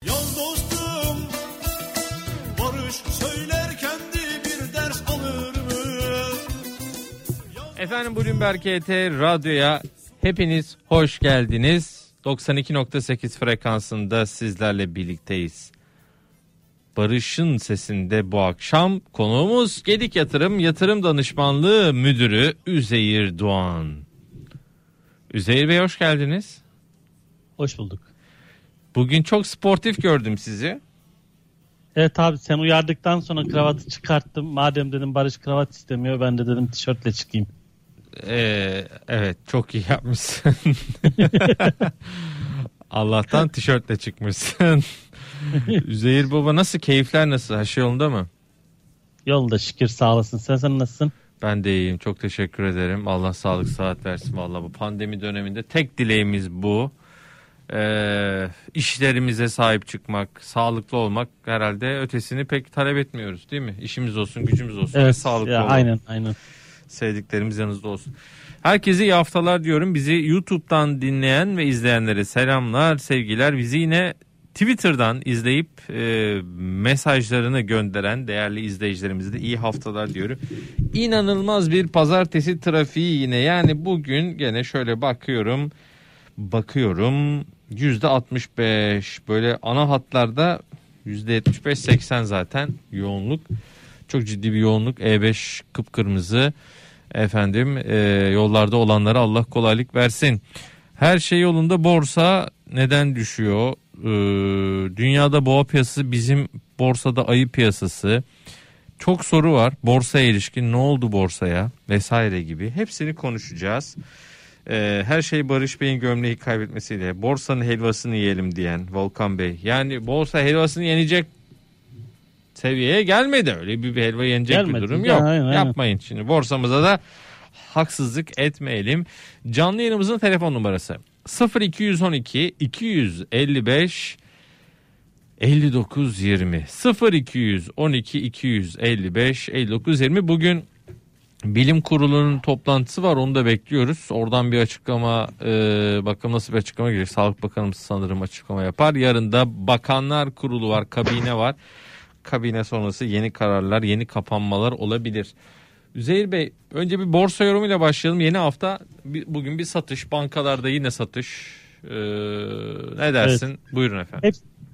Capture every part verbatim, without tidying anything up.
Yol dostum barış söylerken de bir ders alır mı? Efendim Bloomberg H T Radyo'ya hepiniz hoş geldiniz. doksan iki nokta sekiz frekansında sizlerle birlikteyiz. Barış'ın sesinde bu akşam konuğumuz Gedik Yatırım Yatırım Danışmanlığı Müdürü Üzeyir Doğan. Üzeyir Bey hoş geldiniz. Hoş bulduk. Bugün çok sportif gördüm sizi. Evet abi, sen uyardıktan sonra kravatı çıkarttım. Madem dedim Barış kravat istemiyor, ben de dedim tişörtle çıkayım. Ee, evet çok iyi yapmışsın. Allah'tan tişörtle çıkmışsın. Üzeyir baba nasıl, keyifler nasıl, her şey yolunda mı? Yolunda şükür, sağ olasın. Sen, sen nasılsın? Ben de iyiyim, çok teşekkür ederim. Allah sağlık sıhhat versin. Vallahi bu pandemi döneminde tek dileğimiz bu. Ee, işlerimize sahip çıkmak, sağlıklı olmak, herhalde ötesini pek talep etmiyoruz değil mi? İşimiz olsun, gücümüz olsun, evet, ve sağlıklı ya, olalım. Aynen aynen. Sevdiklerimiz yanınızda olsun. Herkese iyi haftalar diyorum. Bizi YouTube'dan dinleyen ve izleyenlere selamlar, sevgiler. Bizi yine Twitter'dan izleyip e, mesajlarını gönderen değerli izleyicilerimize de iyi haftalar diyorum. İnanılmaz bir pazartesi trafiği yine. Yani bugün gene şöyle bakıyorum. Bakıyorum yüzde altmış beş, böyle ana hatlarda yüzde yetmiş beş seksen zaten yoğunluk. Çok ciddi bir yoğunluk. E beş kıpkırmızı. Efendim e, yollarda olanlara Allah kolaylık versin. Her şey yolunda. Borsa neden düşüyor? E, dünyada boğa piyasası, bizim borsada ayı piyasası. Çok soru var borsaya ilişkin, ne oldu borsaya vesaire gibi. Hepsini konuşacağız. E, her şey Barış Bey'in gömleği kaybetmesiyle. Borsanın helvasını yiyelim diyen Volkan Bey. Yani borsa helvasını yenecek seviyeye gelmedi, öyle bir helva yenecek gelmedi, bir durum yok. Aynen, aynen. Yapmayın şimdi, borsamıza da haksızlık etmeyelim. Canlı yayınımızın telefon numarası sıfır iki on iki iki elli beş elli dokuz yirmi sıfır iki on iki iki elli beş elli dokuz yirmi. Bugün bilim kurulunun toplantısı var, onu da bekliyoruz. Oradan bir açıklama, e, bakalım nasıl bir açıklama gelecek. Sağlık Bakanımız sanırım açıklama yapar. Yarın da Bakanlar Kurulu var, kabine var. Kabine sonrası yeni kararlar, yeni kapanmalar olabilir. Üzeyir Bey, önce bir borsa yorumuyla başlayalım. Yeni hafta bugün bir satış, bankalarda yine satış. Ee, ne dersin? Evet. Buyurun efendim. Hep,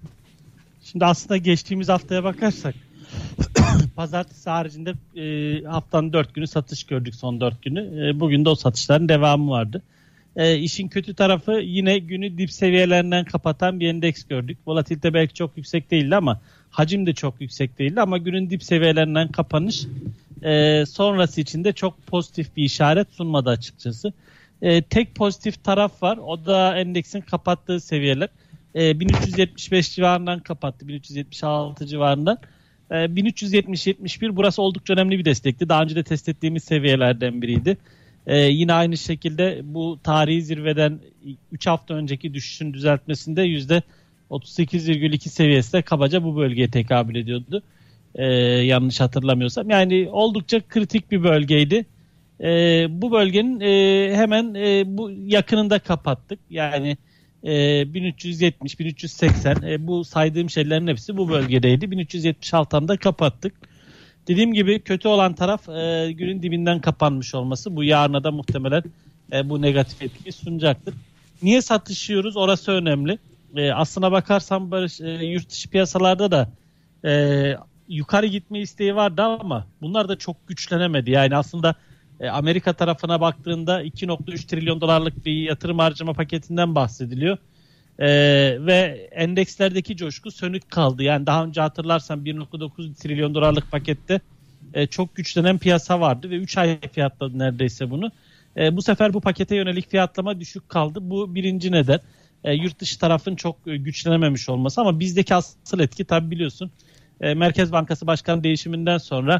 şimdi aslında geçtiğimiz haftaya bakarsak pazartesi haricinde e, haftanın dört günü satış gördük, son dört günü. E, bugün de o satışların devamı vardı. E, işin kötü tarafı, yine günü dip seviyelerinden kapatan bir endeks gördük. Volatilite belki çok yüksek değildi ama hacim de çok yüksek değildi, ama günün dip seviyelerinden kapanış e, sonrası için de çok pozitif bir işaret sunmadı açıkçası. E, tek pozitif taraf var, o da endeksin kapattığı seviyeler. E, bin üç yüz yetmiş beş civarından kapattı, bin üç yüz yetmiş altı civarından. E, bin üç yüz yetmiş yetmiş bir, burası oldukça önemli bir destekti. Daha önce de test ettiğimiz seviyelerden biriydi. Ee, yine aynı şekilde bu tarihi zirveden üç hafta önceki düşüşün düzeltmesinde yüzde otuz sekiz virgül iki seviyesi de kabaca bu bölgeye tekabül ediyordu. Ee, yanlış hatırlamıyorsam. Yani oldukça kritik bir bölgeydi. Ee, bu bölgenin e, hemen e, bu yakınında kapattık. Yani e, bin üç yüz yetmiş bin üç yüz seksen e, bu saydığım şeylerin hepsi bu bölgedeydi. bin üç yüz yetmiş altıda kapattık. Dediğim gibi kötü olan taraf e, günün dibinden kapanmış olması. Bu yarına da muhtemelen e, bu negatif etki sunacaktır. Niye satışıyoruz? Orası önemli. E, aslına bakarsam Barış, e, yurt dışı piyasalarda da e, yukarı gitme isteği vardı ama bunlar da çok güçlenemedi. Yani aslında e, Amerika tarafına baktığında iki nokta üç trilyon dolarlık bir yatırım harcama paketinden bahsediliyor. Ee, ve endekslerdeki coşku sönük kaldı. Yani daha önce hatırlarsan bir nokta dokuz trilyon dolarlık pakette e, çok güçlenen piyasa vardı ve üç ay fiyatladı neredeyse bunu. E, bu sefer bu pakete yönelik fiyatlama düşük kaldı. Bu birinci neden. E, yurt dışı tarafın çok e, güçlenememiş olması, ama bizdeki asıl etki tabi biliyorsun. E, Merkez Bankası Başkanı değişiminden sonra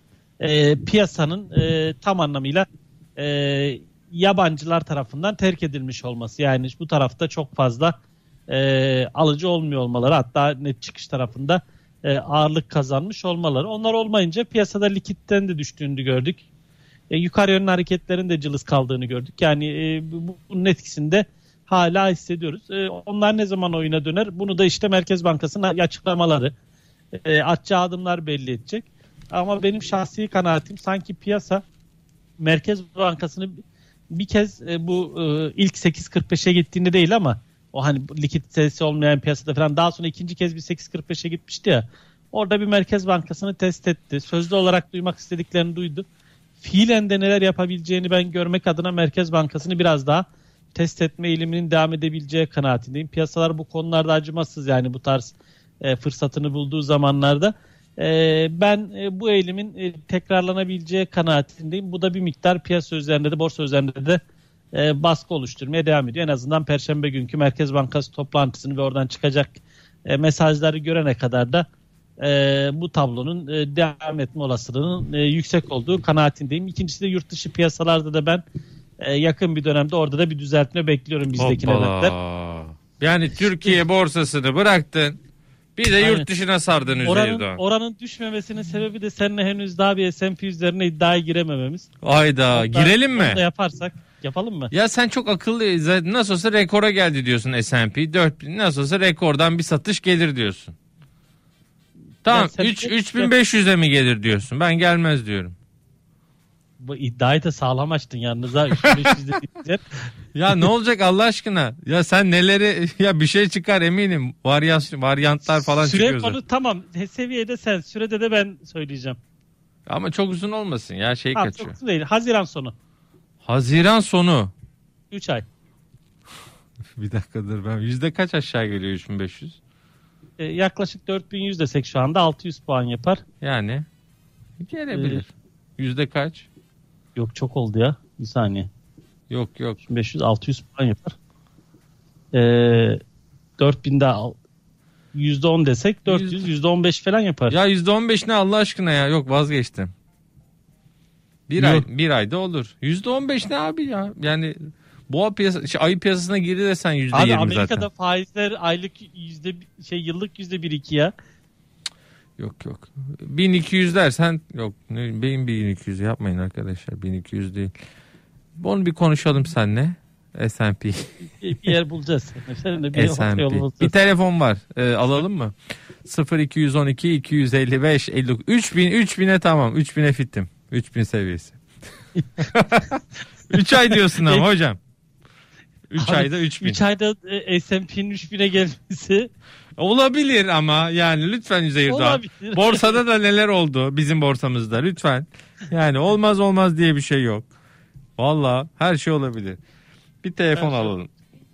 e, piyasanın e, tam anlamıyla e, yabancılar tarafından terk edilmiş olması. Yani bu tarafta çok fazla e, alıcı olmuyor olmaları, hatta net çıkış tarafında e, ağırlık kazanmış olmaları. Onlar olmayınca piyasada likiditenin de düştüğünü gördük. E, yukarı yönlü hareketlerin de cılız kaldığını gördük. Yani e, bunun etkisinde hala hissediyoruz. E, onlar ne zaman oyuna döner? Bunu da işte Merkez Bankası'nın açıklamaları, e, atacağı adımlar belli edecek. Ama benim şahsi kanaatim sanki piyasa Merkez Bankası'nı bir kez e, bu e, ilk sekiz kırk beşe gittiğinde değil ama o hani likiditesi olmayan piyasada falan daha sonra ikinci kez bir sekiz kırk beşe gitmişti ya. Orada bir Merkez Bankası'nı test etti. Sözlü olarak duymak istediklerini duydu. Fiilen de neler yapabileceğini ben görmek adına Merkez Bankası'nı biraz daha test etme eğiliminin devam edebileceği kanaatindeyim. Piyasalar bu konularda acımasız, yani bu tarz e, fırsatını bulduğu zamanlarda. E, ben e, bu eğilimin e, tekrarlanabileceği kanaatindeyim. Bu da bir miktar piyasa üzerinde de borsa üzerinde de e, baskı oluşturmaya devam ediyor. En azından Perşembe günkü Merkez Bankası toplantısını ve oradan çıkacak e, mesajları görene kadar da e, bu tablonun e, devam etme olasılığının e, yüksek olduğu kanaatindeyim. İkincisi de yurt dışı piyasalarda da ben e, yakın bir dönemde orada da bir düzeltme bekliyorum bizdeki Leventler. Yani Türkiye borsasını bıraktın. Bir de yurt Aynen. dışına sardın Üzeyir oranın, Doğan. Oranın düşmemesinin sebebi de seninle henüz daha bir S and P üzerine iddiaya giremememiz. Ayda Ondan, girelim mi? Onu da yaparsak yapalım mı? Ya sen çok akıllı. Nasıl olsa rekora geldi diyorsun S and P. dört bin nasıl olsa rekordan bir satış gelir diyorsun. Tamam üç bin beş yüze mi gelir diyorsun? Ben gelmez diyorum. Bu iddiayı da sağlam açtın yalnız ha. üç bin beş yüze gidecek. Ya ne olacak Allah aşkına? Ya sen neleri ya bir şey çıkar eminim. Varyasyon, varyantlar falan Süre çıkıyor. Süre konu tamam. Seviyede sen. Sürede de ben söyleyeceğim. Ama çok uzun olmasın ya şey ha, kaçıyor. Çok uzun değil. Haziran sonu. Haziran sonu. üç ay. Bir dakikadır ben. Yüzde kaç aşağı geliyor üç bin beş yüz? Ee, yaklaşık dört bin yüz desek şu anda altı yüz puan yapar. Yani gelebilir. Ee, Yüzde kaç? Yok çok oldu ya. Bir saniye. Yok yok. beş yüz altı yüz puan yapar. Ee, dört binde yüzde on desek dört yüz yüzde on beş falan yapar. Ya yüzde on beş ne Allah aşkına ya? Yok vazgeçtim. Bir Yok. ay bir ayda olur. yüzde on beş ne abi ya? Yani boğa piyasa şey, ayı piyasasına girdi desen yüzde yirmi zaten. Abi Amerika'da faizler aylık yüzde şey yıllık yüzde bir iki ya. Yok yok. bin iki yüz dersen yok. Benim bin iki yüz yapmayın arkadaşlar. bin iki yüz değil. Onu bir konuşalım seninle. S and P. Bir yer bulacağız. Bir, S and P. Bir telefon var. Ee, alalım mı? sıfır iki on iki iki yüz elli beş elli dokuz üç bin üç bine tamam. üç bine fittim. üç bin seviyesi. üç ay diyorsun ama hocam. üç ayda üç bin. üç ayda S and P'nin üç bine gelmesi olabilir ama yani lütfen Üzeyir Doğan. Borsada da neler oldu bizim borsamızda lütfen. Yani olmaz olmaz diye bir şey yok. Vallahi her şey olabilir. Bir telefon her alalım. Şey.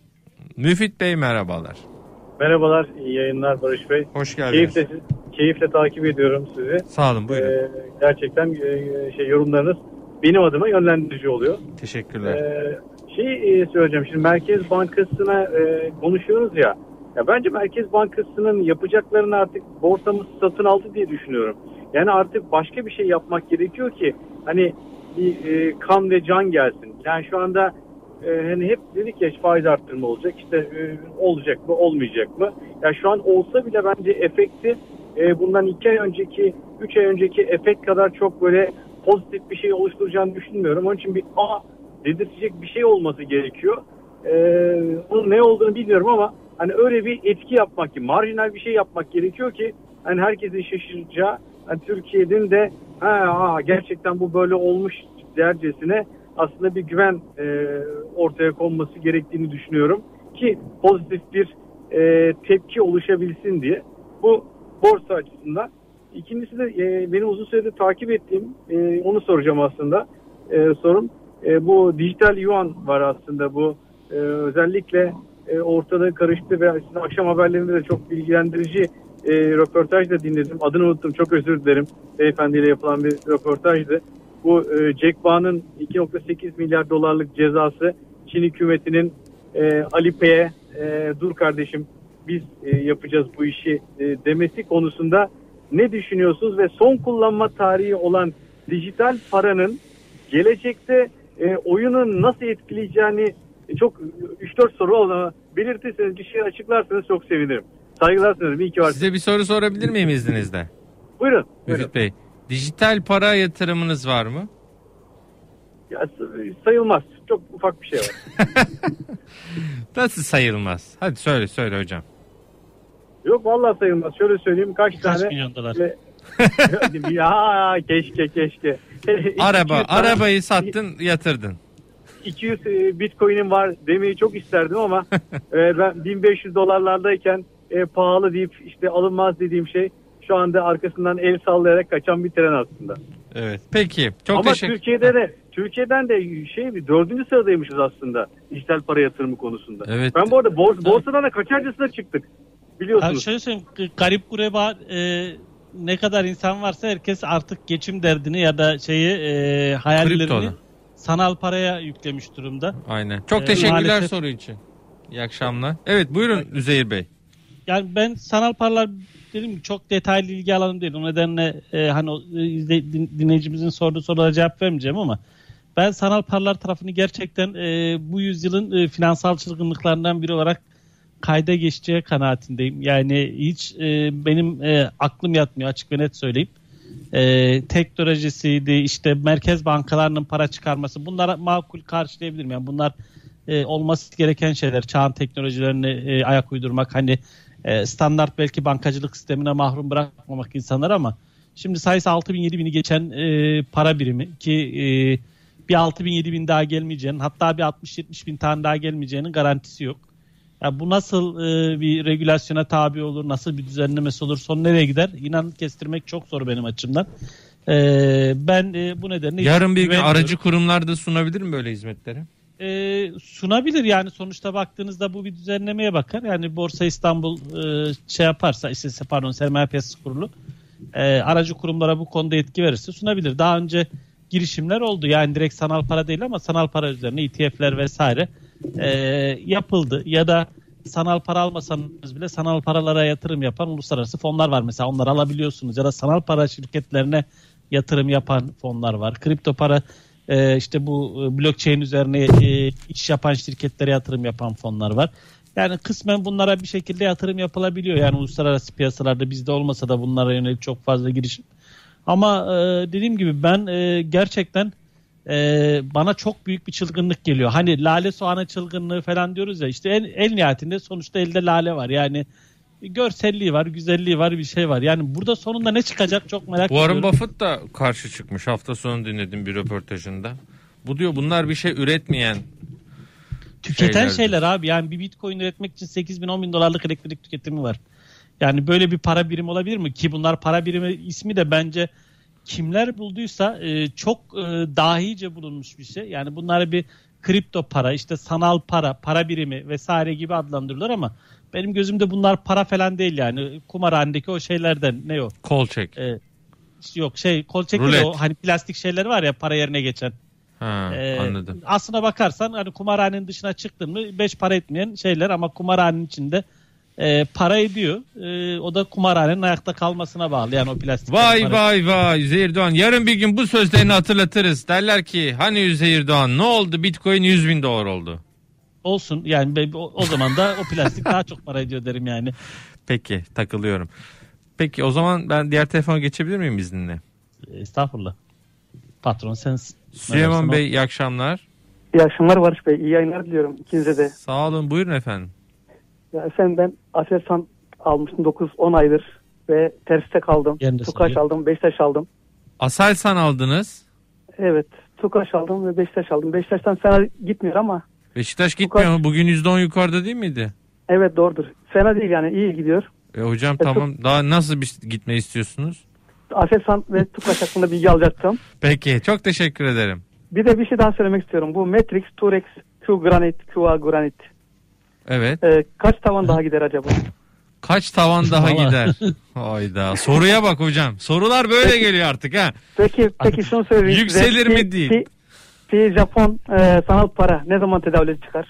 Müfit Bey merhabalar. Merhabalar, iyi yayınlar Barış Bey. Hoş geldiniz. Keyifle, keyifle takip ediyorum sizi. Sağ olun, buyurun. Ee, gerçekten e, şey yorumlarınız benim adıma yönlendirici oluyor. Teşekkürler. Ee, şey e, söyleyeceğim şimdi Merkez Bankası'na e, konuşuyoruz ya. Ya bence Merkez Bankası'nın yapacaklarını artık borsamız satın aldı diye düşünüyorum. Yani artık başka bir şey yapmak gerekiyor ki hani bir e, kan ve can gelsin. Yani şu anda e, hani hep dedik ya faiz arttırma olacak. İşte e, olacak mı olmayacak mı? Ya yani şu an olsa bile bence efekti e, bundan iki ay önceki, üç ay önceki efekt kadar çok böyle pozitif bir şey oluşturacağını düşünmüyorum. Onun için bir a dedirtecek bir şey olması gerekiyor. E, bunun ne olduğunu bilmiyorum ama hani öyle bir etki yapmak ki, marjinal bir şey yapmak gerekiyor ki hani herkesin şaşıracağı, hani Türkiye'nin de ha, ha gerçekten bu böyle olmuş dercesine aslında bir güven e, ortaya konması gerektiğini düşünüyorum ki pozitif bir e, tepki oluşabilsin diye. Bu borsa açısından. İkincisi de e, benim uzun süredir takip ettiğim, e, onu soracağım aslında e, sorun. E, bu dijital yuan var aslında bu e, özellikle e, ortada karıştı ve aslında akşam haberlerinde de çok bilgilendirici e, röportaj da dinledim. Adını unuttum, çok özür dilerim. Beyefendiyle yapılan bir röportajdı. Bu e, Jack Ma'nın iki virgül sekiz milyar dolarlık cezası Çin hükümetinin e, Alipay'e e, dur kardeşim biz e, yapacağız bu işi e, demesi konusunda ne düşünüyorsunuz ve son kullanma tarihi olan dijital paranın gelecekte e, oyunu nasıl etkileyeceğini e, çok üç dört soru olduğunu belirtirseniz, bir şey açıklarsanız çok sevinirim. Saygılar sunarım. İyi ki varsınız. Size bir soru sorabilir miyim izninizle? Buyurun. Müfit Bey, dijital para yatırımınız var mı? Ya, sayılmaz. Çok ufak bir şey var. Nasıl sayılmaz? Hadi söyle söyle hocam. Yok vallahi sayılmaz. Şöyle söyleyeyim kaç, Kaç tane. milyon dolar? E, ya keşke keşke. Araba, iki yüz tane- arabayı sattın, yatırdın. iki yüz Bitcoin'im var demeyi çok isterdim ama e, ben bin beş yüz dolarlardayken e, pahalı deyip işte alınmaz dediğim şey şu anda arkasından el sallayarak kaçan bir tren aslında. Evet. Peki. Çok ama teşekkür. Türkiye'de de Türkiye'den de şey bir dördüncü sıradaymışız aslında dijital para yatırımı konusunda. Evet. Ben bu arada bors, borsadan da kaçarcasına çıktık. Abi Biliyorsunuz. şöyle söyleyeyim, garip kureba e, ne kadar insan varsa herkes artık geçim derdini ya da şeyi e, hayallerini Kriptoda. sanal paraya yüklemiş durumda. Aynen. Çok Ee, teşekkürler maalesef- soru için. İyi akşamlar. Evet buyurun Üzeyir Bey. Yani ben sanal paralar dedim ki çok detaylı ilgi alanım değil. O nedenle e, hani o, e, izle- din- dinleyicimizin sorduğu sorulara cevap vermeyeceğim ama ben sanal paralar tarafını gerçekten e, bu yüzyılın e, finansal çılgınlıklarından biri olarak kayda geçeceği kanaatindeyim. Yani hiç e, benim e, aklım yatmıyor açık ve net söyleyeyim. E, teknolojisiydi, işte merkez bankalarının para çıkarması, bunlara makul karşılayabilirim. Yani bunlar e, olması gereken şeyler. Çağın teknolojilerini e, ayak uydurmak, hani e, standart belki bankacılık sistemine mahrum bırakmamak insanlar ama şimdi sayısı altı bin yedi bin'i geçen e, para birimi ki e, bir altı bin yedi bin daha gelmeyeceğinin, hatta bir altmış yetmiş bin tane daha gelmeyeceğinin garantisi yok. Ya bu nasıl e, bir regülasyona tabi olur, nasıl bir düzenlemesi olur, son nereye gider? İnan kestirmek çok zor benim açımdan. E, ben e, bu nedenle Yarın bir gün güvenmiyorum. aracı kurumlar da sunabilir mi böyle hizmetleri? E, sunabilir yani, sonuçta baktığınızda bu bir düzenlemeye bakar. Yani Borsa İstanbul e, şey yaparsa, işte pardon Sermaye Piyasası Kurulu e, aracı kurumlara bu konuda yetki verirse sunabilir. Daha önce girişimler oldu. Yani direkt sanal para değil ama sanal para üzerine E T F'ler vesaire e, yapıldı. Ya da sanal para almasanız bile sanal paralara yatırım yapan uluslararası fonlar var. Mesela onları alabiliyorsunuz. Ya da sanal para şirketlerine yatırım yapan fonlar var. Kripto para e, işte bu blockchain üzerine e, iş yapan şirketlere yatırım yapan fonlar var. Yani kısmen bunlara bir şekilde yatırım yapılabiliyor. Yani uluslararası piyasalarda bizde olmasa da bunlara yönelik çok fazla girişim. Ama e, dediğim gibi ben e, gerçekten e, bana çok büyük bir çılgınlık geliyor. Hani lale soğanı çılgınlığı falan diyoruz ya, işte en, en nihayetinde sonuçta elde lale var. Yani görselliği var, güzelliği var, bir şey var. Yani burada sonunda ne çıkacak çok merak Warren ediyorum. Buffett da karşı çıkmış. Hafta sonu dinledim bir röportajında. Bu diyor bunlar bir şey üretmeyen Tüketen şeylerdir. şeyler abi. Yani bir bitcoin üretmek için sekiz bin on bin dolarlık elektrik tüketimi var. Yani böyle bir para birimi olabilir mi? Ki bunlar para birimi ismi de bence kimler bulduysa e, çok e, dahice bulunmuş bir şey. Yani bunlar bir kripto para, işte sanal para, para birimi vesaire gibi adlandırılır ama benim gözümde bunlar para falan değil yani. Kumarhanedeki o şeylerden, ne o? kol çek. E, yok şey kol çekili Rulet. o hani plastik şeyler var ya para yerine geçen. Ha, Ee, anladım. Aslına bakarsan hani kumarhanenin dışına çıktın mı beş para etmeyen şeyler ama kumarhanenin içinde e, para ediyor. E, o da kumarhanenin ayakta kalmasına bağlı yani o plastik. Vay para. vay vay Üzeyir Doğan. Yarın bir gün bu sözlerini hatırlatırız. Derler ki hani Üzeyir Doğan ne oldu? Bitcoin yüz bin dolar oldu. Olsun yani be- o, o zaman da o plastik daha çok para ediyor derim yani. Peki takılıyorum. Peki o zaman ben diğer telefona geçebilir miyim izninle? E, Estağfurullah. Patron sensin. Süleyman Meğersem Bey iyi akşamlar. İyi akşamlar Barış Bey. İyi yayınlar diliyorum ikinize de. Sağ olun buyurun efendim. Ya efendim ben Aselsan almıştım dokuz on aydır ve terste kaldım. Yerinde Tukaş sayıyor. aldım, Beşiktaş aldım. Aselsan aldınız. Evet, Tukaş aldım ve Beşiktaş aldım. Beşiktaş'tan fena gitmiyor ama Beşiktaş gitmiyor mu? Bugün yüzde on yukarıda değil miydi? evet doğrudur. Fena değil yani, iyi gidiyor. E hocam E, tamam. Daha nasıl bir gitme istiyorsunuz? Aselsan ve Tukaş hakkında bilgi alacaktım. Peki çok teşekkür ederim. Bir de bir şey daha söylemek istiyorum. Bu Matrix, Turex, Q Granite, Q A Granite. Evet. Ee, kaç tavan daha gider acaba? Kaç tavan daha Vallahi. gider? Hayda. Soruya bak hocam. Sorular böyle geliyor artık ha. Peki peki şunu söyleyeyim. Yükselir size. mi Pi- değil? Pi, Pi Japon e, sanal para ne zaman tedavüle çıkar?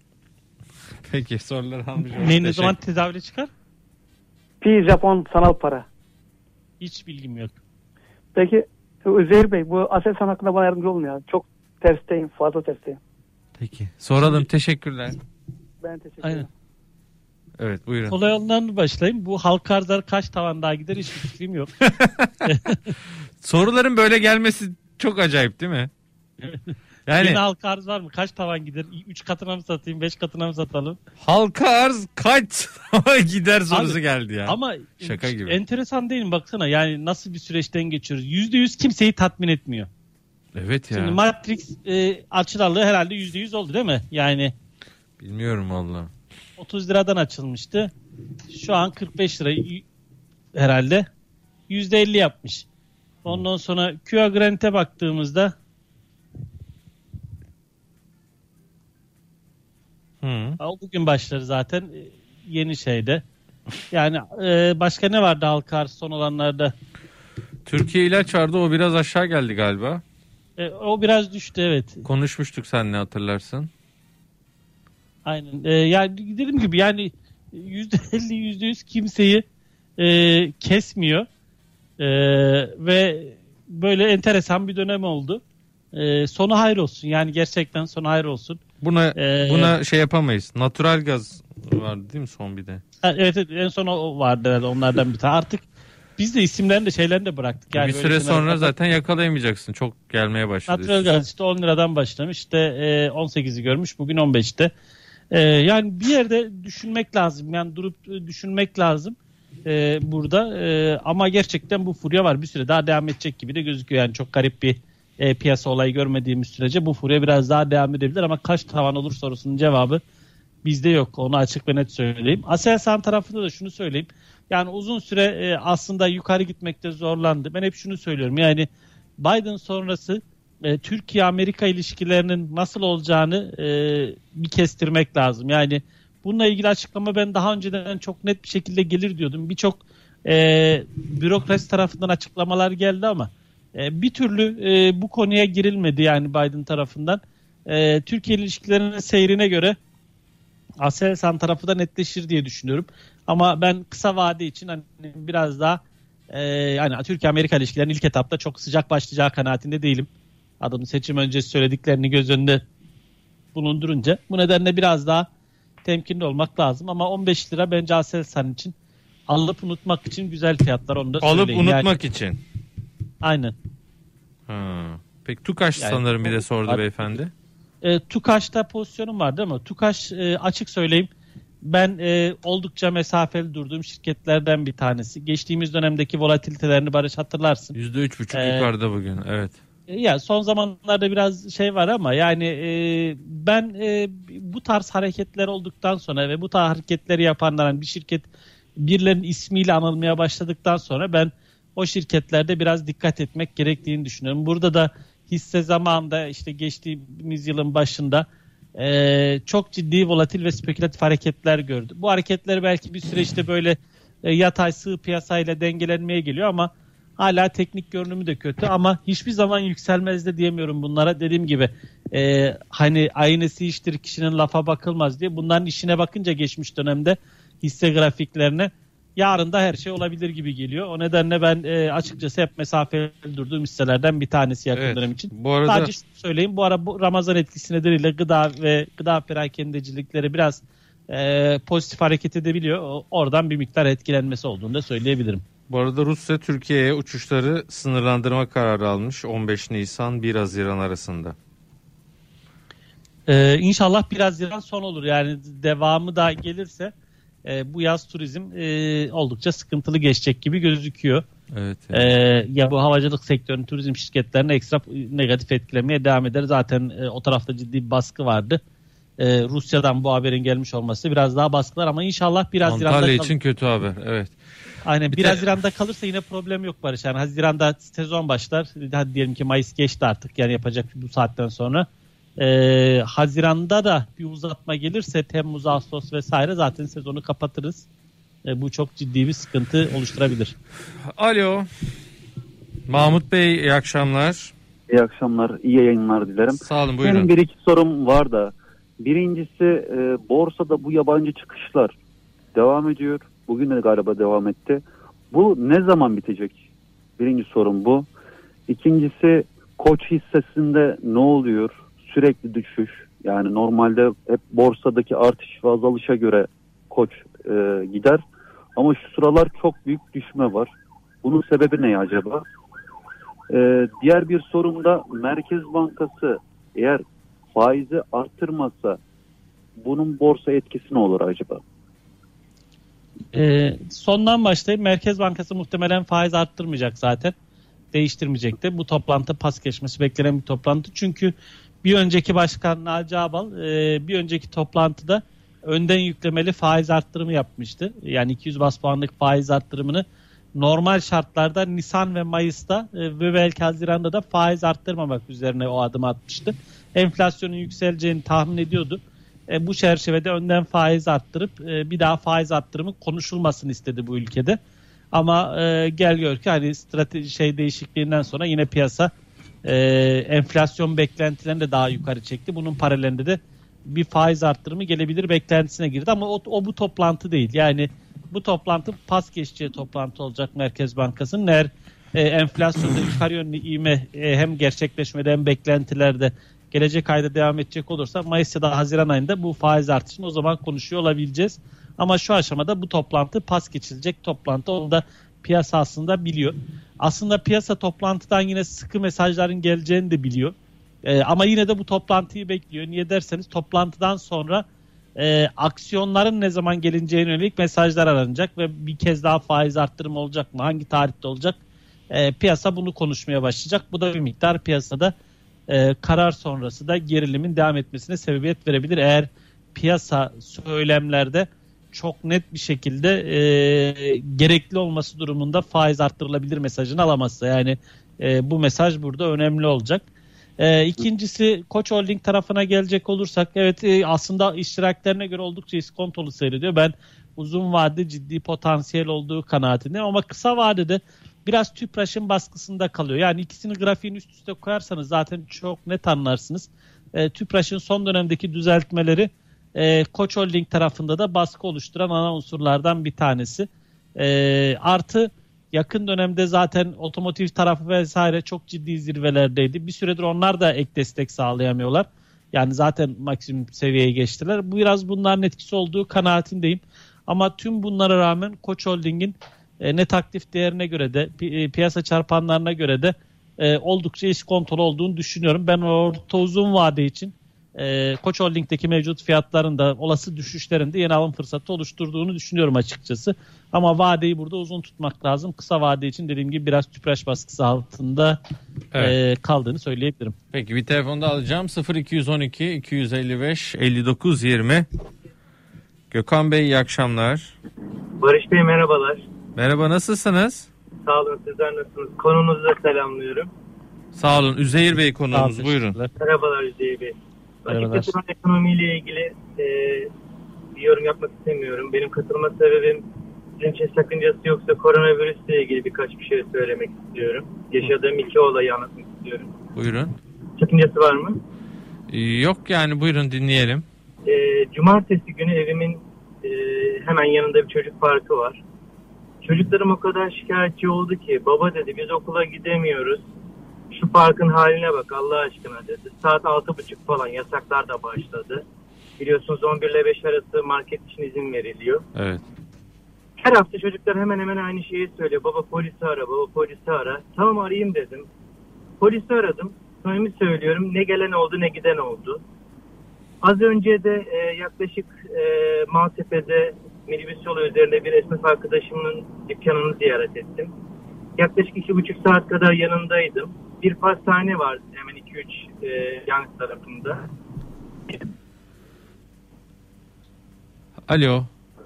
Peki soruları almış. Ne, ne zaman tedavüle çıkar? Pi Japon sanal para. Hiç bilgim yok. Peki Üzeyir Bey bu Aselsan hakkında bana yardımcı olun ya. Çok tersteyim, fazla tersteyim. Peki. Soralım. Teşekkürler. Ben teşekkür Aynen. ederim. Evet buyurun. Kolay yoldan başlayayım. Bu halka arzlar kaç tavan daha gider hiçbir fikrim yok. Soruların böyle gelmesi çok acayip değil mi? Yani yeni halka arz var mı? Kaç tavan gider? üç katına mı satayım? beş katına mı satalım? halka arz kaç gider sorusu Abi, geldi ya. Ama Şaka gibi. enteresan değil mi? Baksana yani nasıl bir süreçten geçiyoruz. yüzde yüz kimseyi tatmin etmiyor. Evet ya. Şimdi Matrix e, açılarlığı herhalde yüzde yüz oldu değil mi? Yani Bilmiyorum valla. otuz liradan açılmıştı. Şu an kırk beş lira y- herhalde. yüzde elli yapmış. Ondan sonra Q A Grant'e baktığımızda Hı. o bugün başları zaten e, yeni şeyde. Yani e, başka ne vardı halka arz son olanlarda? Türkiye ilaç vardı, o biraz aşağı geldi galiba. E, o biraz düştü evet. Konuşmuştuk seninle, hatırlarsın. Aynen. E, yani dediğim gibi yani yüzde elli yüzde yüz kimseyi e, kesmiyor. E, ve böyle enteresan bir dönem oldu. E, sonu hayır olsun. Yani gerçekten sonu hayır olsun. Buna Ee, buna şey yapamayız. Natural gaz vardı değil mi son bir de? Ha, evet, evet en son o vardı herhalde onlardan bir tane. Artık biz de isimlerini de şeylerini de bıraktık. Yani bir böyle süre isimler- sonra zaten yakalayamayacaksın. Çok gelmeye başladı. Natural gaz işte on liradan başlamış. İşte e, on sekizi görmüş. Bugün on beşte. E, yani bir yerde düşünmek lazım. Yani durup e, düşünmek lazım e, burada. E, ama gerçekten bu furya var. Bir süre daha devam edecek gibi de gözüküyor. Yani çok garip bir e, piyasa olayı görmediğimiz sürece bu furya biraz daha devam edebilir. Ama kaç tavan olur sorusunun cevabı bizde yok. Onu açık ve net söyleyeyim. Aselsan tarafında da şunu söyleyeyim. Yani uzun süre e, aslında yukarı gitmekte zorlandı. Ben hep şunu söylüyorum. Yani Biden sonrası e, Türkiye-Amerika ilişkilerinin nasıl olacağını e, bir kestirmek lazım. Yani bununla ilgili açıklama ben daha önceden çok net bir şekilde gelir diyordum. Birçok e, bürokrasi tarafından açıklamalar geldi ama e, bir türlü e, bu konuya girilmedi yani Biden tarafından. E, Türkiye ilişkilerinin seyrine göre Aselsan tarafı da netleşir diye düşünüyorum. Ama ben kısa vade için hani biraz daha e, yani Türkiye-Amerika ilişkilerinin ilk etapta çok sıcak başlayacağı kanaatinde değilim. Adamın seçim öncesi söylediklerini göz önünde bulundurunca. Bu nedenle biraz daha temkinli olmak lazım. Ama on beş lira bence Aselsan için alıp unutmak için güzel fiyatlar, onu da Alıp söyleyeyim. unutmak Yani, için. aynen. Ha. Peki TUKAŞ Yani, sanırım bir de sordu Ar- beyefendi. E, TUKAŞ'ta pozisyonum vardı ama TUKAŞ e, açık söyleyeyim ben e, oldukça mesafeli durduğum şirketlerden bir tanesi. Geçtiğimiz dönemdeki volatilitelerini Barış hatırlarsın. yüzde üç buçuk Ee, yukarıda bugün, evet. E, ya son zamanlarda biraz şey var ama yani e, ben e, bu tarz hareketler olduktan sonra ve bu tarz hareketleri yapanların bir şirket birilerinin ismiyle anılmaya başladıktan sonra ben o şirketlerde biraz dikkat etmek gerektiğini düşünüyorum. Burada da hisse zamanında işte geçtiğimiz yılın başında e, çok ciddi volatil ve spekülatif hareketler gördü. Bu hareketler belki bir süreçte böyle e, yatay sığ piyasayla dengelenmeye geliyor ama hala teknik görünümü de kötü ama hiçbir zaman yükselmez de diyemiyorum bunlara. Dediğim gibi e, hani aynesi iştir kişinin lafa bakılmaz diye bunların işine bakınca geçmiş dönemde hisse grafiklerine yarın da her şey olabilir gibi geliyor. O nedenle ben e, açıkçası hep mesafeli durduğum hisselerden bir tanesi yakın Evet. dönem için. Bu arada Sadece şunu söyleyeyim. Bu ara bu Ramazan etkisi nedeniyle gıda ve gıda perakendecilikleri biraz e, pozitif hareket edebiliyor. O- Oradan bir miktar etkilenmesi olduğunu da söyleyebilirim. bu arada Rusya Türkiye'ye uçuşları sınırlandırma kararı almış on beş Nisan bir Haziran arasında. Ee, İnşallah biraz Haziran son olur. Yani devamı da gelirse e, bu yaz turizm e, oldukça sıkıntılı geçecek gibi gözüküyor. Evet. Ee, evet. ya bu havacılık sektörünün turizm şirketlerine ekstra negatif etkilemeye devam eder. Zaten e, o tarafta ciddi bir baskı vardı. Ee, Rusya'dan bu haberin gelmiş olması biraz daha baskılar ama inşallah bir Haziran'da Antalya kal- için kötü haber. Evet. Aynen Bir bir de- Haziran'da kalırsa yine problem yok Barış. Yani Haziran'da sezon başlar. Hadi diyelim ki Mayıs geçti artık yani yapacak bu saatten sonra. Ee, Haziran'da da bir uzatma gelirse Temmuz, Ağustos vesaire zaten sezonu kapatırız. Ee, bu çok ciddi bir sıkıntı oluşturabilir. Alo. Mahmut Bey, iyi akşamlar. İyi akşamlar, iyi yayınlar dilerim. Sağ olun, Benim buyurun. bir iki sorum var da. Birincisi e, borsada bu yabancı çıkışlar devam ediyor. Bugün de galiba devam etti. Bu ne zaman bitecek? Birinci sorum bu. İkincisi Koç hissesinde ne oluyor? Sürekli düşüş. Yani normalde hep borsadaki artış ve azalışa göre Koç e, gider. Ama şu sıralar çok büyük düşme var. Bunun sebebi ne acaba? Ee, diğer bir sorum da Merkez Bankası Eğer faizi arttırmazsa bunun borsa etkisi ne olur acaba? Ee, sondan başlayayım. Merkez Bankası muhtemelen faiz arttırmayacak zaten. Değiştirmeyecek de. Bu toplantı pas geçmesi beklenen bir toplantı. Çünkü bir önceki başkan Naci Ağbal e, bir önceki toplantıda önden yüklemeli faiz arttırımı yapmıştı. Yani iki yüz bas puanlık faiz arttırımını normal şartlarda Nisan ve Mayıs'ta e, ve belki Haziran'da da faiz arttırmamak üzerine o adım atmıştı. Enflasyonun yükseleceğini tahmin ediyordu. E, bu çerçevede önden faiz arttırıp e, bir daha faiz arttırımı konuşulmasını istedi bu ülkede. Ama e, gel gör ki hani strateji şey değişikliğinden sonra yine piyasa e, enflasyon beklentilerini de daha yukarı çekti. Bunun paralelinde de bir faiz arttırımı gelebilir beklentisine girdi ama o, o bu toplantı değil. Yani bu toplantı pas geçeceği toplantı olacak Merkez Bankası'nın. Eğer e, enflasyonda yukarı yönlü ivme e, hem gerçekleşmede hem beklentilerde gelecek ayda devam edecek olursa Mayıs ya da Haziran ayında bu faiz artışını o zaman konuşuyor olabileceğiz. Ama şu aşamada bu toplantı pas geçilecek toplantı. Onu da piyasa aslında biliyor. Aslında piyasa toplantıdan yine sıkı mesajların geleceğini de biliyor. Ee, ama yine de bu toplantıyı bekliyor. Niye derseniz toplantıdan sonra e, aksiyonların ne zaman gelineceğine yönelik mesajlar aranacak ve bir kez daha faiz arttırımı olacak mı? Hangi tarihte olacak? E, piyasa bunu konuşmaya başlayacak. Bu da bir miktar piyasada e, karar sonrası da gerilimin devam etmesine sebebiyet verebilir. Eğer piyasa söylemlerde çok net bir şekilde e, gerekli olması durumunda faiz arttırılabilir mesajını alamazsa. Yani e, bu mesaj burada önemli olacak. E, ikincisi Koç Holding tarafına gelecek olursak evet e, aslında iştiraklerine göre oldukça iskontolu seyrediyor. Ben uzun vadede ciddi potansiyel olduğu kanaatindeyim ama kısa vadede biraz TÜPRAŞ'ın baskısında kalıyor. Yani ikisini grafiğin üst üste koyarsanız zaten çok net anlarsınız. E, TÜPRAŞ'ın son dönemdeki düzeltmeleri e, Koç Holding tarafında da baskı oluşturan ana unsurlardan bir tanesi. E, artı yakın dönemde zaten otomotiv tarafı vesaire çok ciddi zirvelerdeydi. Bir süredir onlar da ek destek sağlayamıyorlar. Yani zaten maksimum seviyeye geçtiler. Bu biraz bunların etkisi olduğu kanaatindeyim. Ama tüm bunlara rağmen Koç Holding'in e, net aktif değerine göre de pi- piyasa çarpanlarına göre de e, oldukça iskontolu olduğunu düşünüyorum. Ben orta uzun vade için e, Koç Holding'deki mevcut fiyatların da olası düşüşlerinde yeni alım fırsatı oluşturduğunu düşünüyorum açıkçası. Ama vadeyi burada uzun tutmak lazım. Kısa vade için dediğim gibi biraz TÜPRAŞ baskısı altında evet. e, kaldığını söyleyebilirim. Peki bir telefonda alacağım. sıfır iki on iki iki yüz elli beş elli dokuz yirmi. Gökhan Bey iyi akşamlar. Barış Bey merhabalar. Merhaba, nasılsınız? Sağ olun, sizler nasılsınız? Konunuzu da selamlıyorum. Sağ olun. Üzeyir Bey konuğumuz, buyurun. Merhabalar Üzeyir Bey. Merhabalar. Açıkçası ben ekonomiyle ilgili e, bir yorum yapmak istemiyorum. Benim katılma sebebim sizin için sakıncası yoksa koronavirüsle ilgili birkaç bir şey söylemek istiyorum. Yaşadığım iki olayı anlatmak istiyorum. Buyurun. Sakıncası var mı? Yok yani, buyurun dinleyelim. E, cumartesi günü evimin e, hemen yanında bir çocuk parkı var. Çocuklarım o kadar şikayetçi oldu ki baba dedi biz okula gidemiyoruz. Şu parkın haline bak Allah aşkına dedi. Saat altı buçuk falan yasaklar da başladı. Biliyorsunuz on bir ile beş arası market için izin veriliyor. Evet. Her hafta çocuklar hemen hemen aynı şeyi söylüyor. Baba polisi ara, baba polisi ara. Tamam arayayım dedim. Polisi aradım. Samimi söylüyorum ne gelen oldu ne giden oldu. Az önce de e, yaklaşık e, Maltepe'de minibüs yolu üzerinde bir esnaf arkadaşımın dükkanını ziyaret ettim. Yaklaşık iki buçuk saat kadar yanındaydım. Bir pastane vardı hemen iki üç e, yan tarafında. Alo.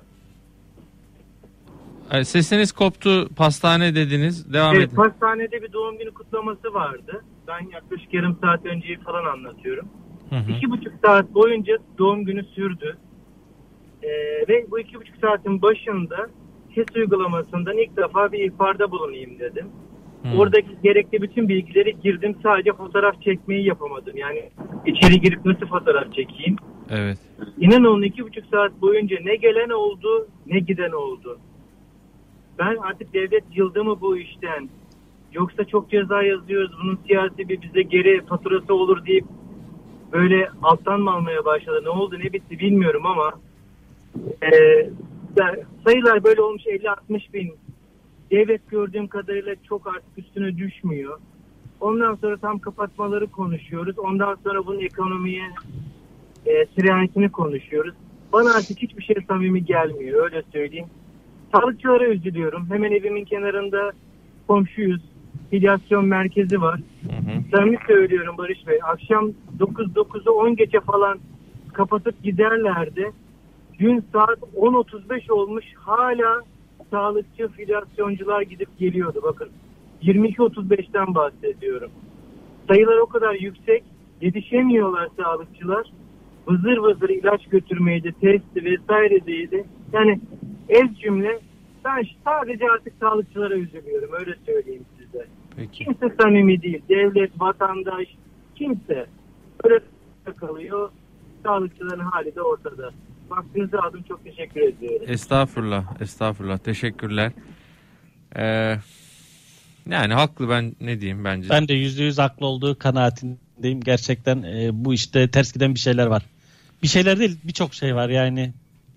Sesiniz koptu, pastane dediniz. Devam evet, edin. Pastanede bir doğum günü kutlaması vardı. Ben yaklaşık yarım saat önceyi falan anlatıyorum. Hı hı. İki buçuk saat boyunca doğum günü sürdü. Ee, ve bu iki buçuk saatin başında H E S uygulamasından ilk defa bir ihbarda bulunayım dedim. Hmm. Oradaki gerekli bütün bilgileri girdim. Sadece fotoğraf çekmeyi yapamadım. Yani içeri girip nasıl fotoğraf çekeyim? Evet. İnanın iki buçuk saat boyunca ne gelen oldu ne giden oldu. Ben artık devlet yıldı mı bu işten? Yoksa çok ceza yazıyoruz. Bunun siyasi bir bize geri faturası olur deyip böyle alttan mı almaya başladı? Ne oldu ne bitti bilmiyorum ama e, sayılar böyle olmuş elli altmış bin. Devlet gördüğüm kadarıyla çok artık üstüne düşmüyor. Ondan sonra tam kapatmaları konuşuyoruz. Ondan sonra bunun ekonomiye e, sirayetini konuşuyoruz. Bana artık hiçbir şey samimi gelmiyor, öyle söyleyeyim. Sağlıkçılara üzülüyorum. Hemen evimin kenarında komşuyuz. Filyasyon merkezi var. Samimi söylüyorum Barış Bey. Akşam dokuz dokuzu on geçe falan kapatıp giderlerdi. Dün saat on otuz beş olmuş, hala sağlıkçı filyasyoncular gidip geliyordu. Bakın yirmi iki otuz beşten bahsediyorum. Sayılar o kadar yüksek, yetişemiyorlar sağlıkçılar. Vızır vızır ilaç götürmeydi, testi vesaireydi. Yani ez cümle, ben sadece artık sağlıkçılara üzülüyorum, öyle söyleyeyim size. Peki. Kimse samimi değil. Devlet, vatandaş, kimse. Öyle kalıyor. Sağlıkçıların hali de ortada. Vaktinizi aldım, çok teşekkür ediyorum. Estağfurullah, estağfurullah. Teşekkürler. Ee, yani haklı, ben ne diyeyim bence. Ben de yüzde yüz haklı olduğu kanaatindeyim. Gerçekten e, bu işte ters giden bir şeyler var. Bir şeyler değil, birçok şey var yani.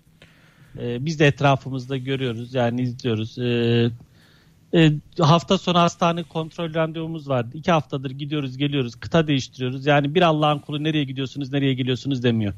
E, biz de etrafımızda görüyoruz, yani izliyoruz. E, e, hafta sonu hastane kontrol randevumuz vardı. İki haftadır gidiyoruz geliyoruz, kıta değiştiriyoruz. Yani bir Allah'ın kulu nereye gidiyorsunuz, nereye geliyorsunuz demiyor.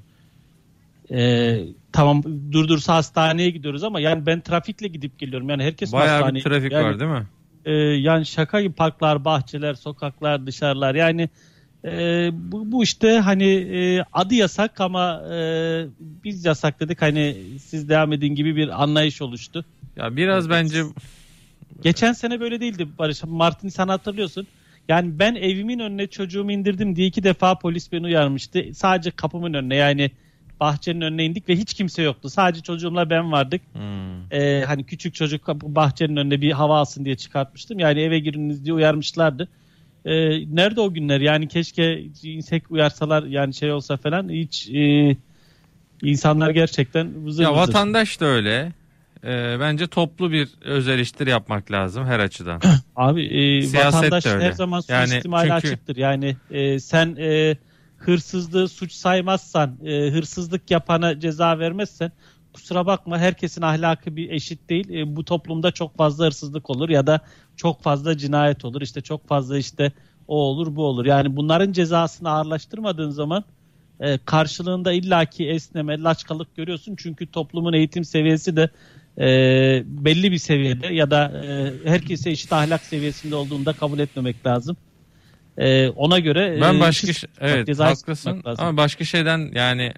Ee, tamam durdursa hastaneye gidiyoruz ama yani ben trafikle gidip geliyorum. Yani herkes bayağı hastaneye bir trafik yani, var değil mi? E, yani şaka gibi parklar, bahçeler, sokaklar, dışarılar. Yani e, bu, bu işte hani e, adı yasak ama e, biz yasakladık. Hani siz devam edin gibi bir anlayış oluştu. Ya biraz evet. Bence geçen sene böyle değildi Barış. Mart'ın sen hatırlıyorsun. Yani ben evimin önüne çocuğumu indirdim diye iki defa polis beni uyarmıştı. Sadece kapımın önüne, yani bahçenin önüne indik ve hiç kimse yoktu. Sadece çocuğumla ben vardık. Hmm. Ee, hani küçük çocuk bahçenin önünde bir hava alsın diye çıkartmıştım. Yani eve giriniz diye uyarmışlardı. Ee, nerede o günler? Yani keşke insek uyarsalar, yani şey olsa falan. Hiç e, insanlar gerçekten vızır ya vızır. Vatandaş da öyle. Ee, bence toplu bir öz eleştiri yapmak lazım her açıdan. Abi e, vatandaş her zaman yani suistimale çünkü... açıktır. Yani e, sen e, hırsızlığı suç saymazsan, e, hırsızlık yapana ceza vermezsen, kusura bakma, herkesin ahlakı bir eşit değil. E, bu toplumda çok fazla hırsızlık olur ya da çok fazla cinayet olur. İşte çok fazla işte o olur bu olur. Yani bunların cezasını ağırlaştırmadığın zaman e, karşılığında illaki esneme, laçkalık görüyorsun. Çünkü toplumun eğitim seviyesi de e, belli bir seviyede ya da e, herkese eşit ahlak seviyesinde olduğunu da kabul etmemek lazım. Ee, ona göre ben e, başka şey, evet haklısın ama başka şeyden yani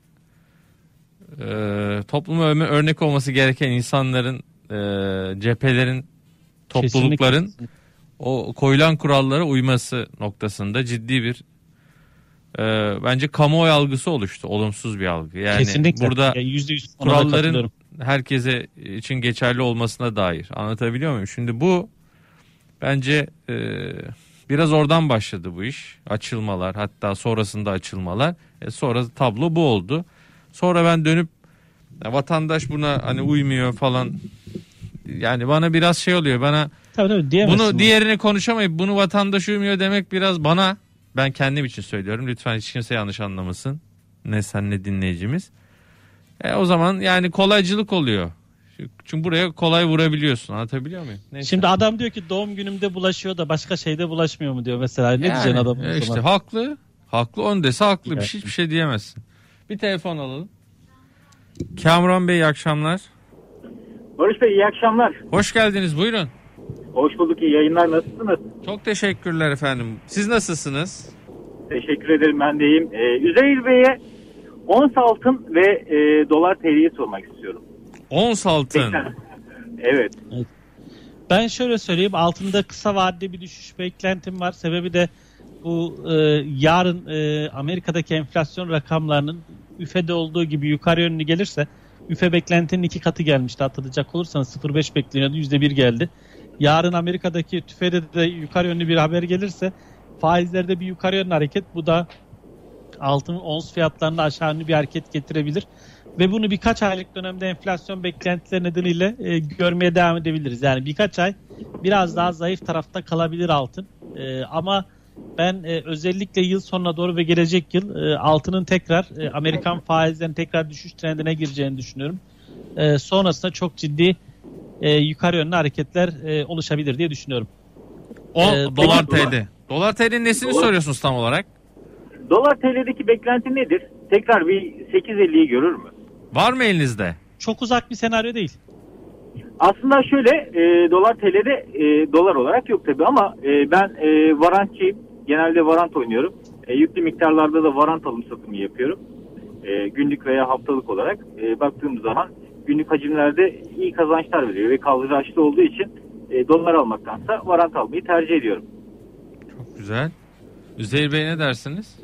e, topluma örnek olması gereken insanların, e, cephelerin, toplulukların kesinlikle o koyulan kurallara uyması noktasında ciddi bir e, bence kamuoyu algısı oluştu, olumsuz bir algı. Yani kesinlikle. Burada yüzde yüz kuralların herkese için geçerli olmasına dair, anlatabiliyor muyum? Şimdi bu bence e, biraz oradan başladı bu iş. Açılmalar, hatta sonrasında açılmalar. E sonra tablo bu oldu. Sonra ben dönüp ya vatandaş buna hani uymuyor falan. Yani bana biraz şey oluyor. Bana tabii, tabii, bunu diğerini konuşamayıp bunu vatandaş uymuyor demek biraz bana, ben kendim için söylüyorum. Lütfen hiç kimse yanlış anlamasın. Ne sen ne dinleyicimiz. E o zaman yani kolaycılık oluyor. Çünkü buraya kolay vurabiliyorsun. Anlatabiliyor muyum? Neyse. Şimdi adam diyor ki doğum günümde bulaşıyor da başka şeyde bulaşmıyor mu diyor mesela. Ne yani, diyeceksin adamın e işte haklı. Haklı, on dese haklı. Evet. Bir şey, hiçbir şey diyemezsin. Bir telefon alalım. Kamran Bey, iyi akşamlar. Barış Bey, iyi akşamlar. Hoş geldiniz, buyurun. Hoş bulduk, iyi yayınlar, nasılsınız? Çok teşekkürler efendim. Siz nasılsınız? Teşekkür ederim, ben de iyiyim. Ee, Üzeyir Bey'e ons altın ve e, dolar T L'yi sormak istiyorum. Ons altın. Evet. evet. Ben şöyle söyleyeyim, altında kısa vadeli bir düşüş beklentim var. Sebebi de bu e, yarın e, Amerika'daki enflasyon rakamlarının üfede olduğu gibi yukarı yönlü gelirse, üfe beklentinin iki katı gelmişti hatırlayacak olursanız, sıfır virgül beş bekleniyordu, yüzde bir geldi. Yarın Amerika'daki tüfede de yukarı yönlü bir haber gelirse faizlerde bir yukarı yönlü hareket, bu da altın ons fiyatlarında aşağı yönlü bir hareket getirebilir. Ve bunu birkaç aylık dönemde enflasyon beklentileri nedeniyle e, görmeye devam edebiliriz. Yani birkaç ay biraz daha zayıf tarafta kalabilir altın. E, ama ben e, özellikle yıl sonuna doğru ve gelecek yıl e, altının tekrar e, Amerikan faizlerinin tekrar düşüş trendine gireceğini düşünüyorum. E, sonrasında çok ciddi e, yukarı yönlü hareketler e, oluşabilir diye düşünüyorum. O e, dolar T L. Dolar T L'nin nesini Dolar... soruyorsunuz tam olarak? Dolar T L'deki beklenti nedir? Tekrar bir sekiz elliyi görür mü? Var mı elinizde? Çok uzak bir senaryo değil. Aslında şöyle e, dolar T L'de e, dolar olarak yok tabii ama e, ben e, varantçıyım. Genelde varant oynuyorum. E, yüklü miktarlarda da varant alım satımı yapıyorum. E, günlük veya haftalık olarak e, baktığım zaman günlük hacimlerde iyi kazançlar veriyor ve kaldıraçlı olduğu için e, dolar almaktansa varant almayı tercih ediyorum. Çok güzel. Üzeyir Bey ne dersiniz?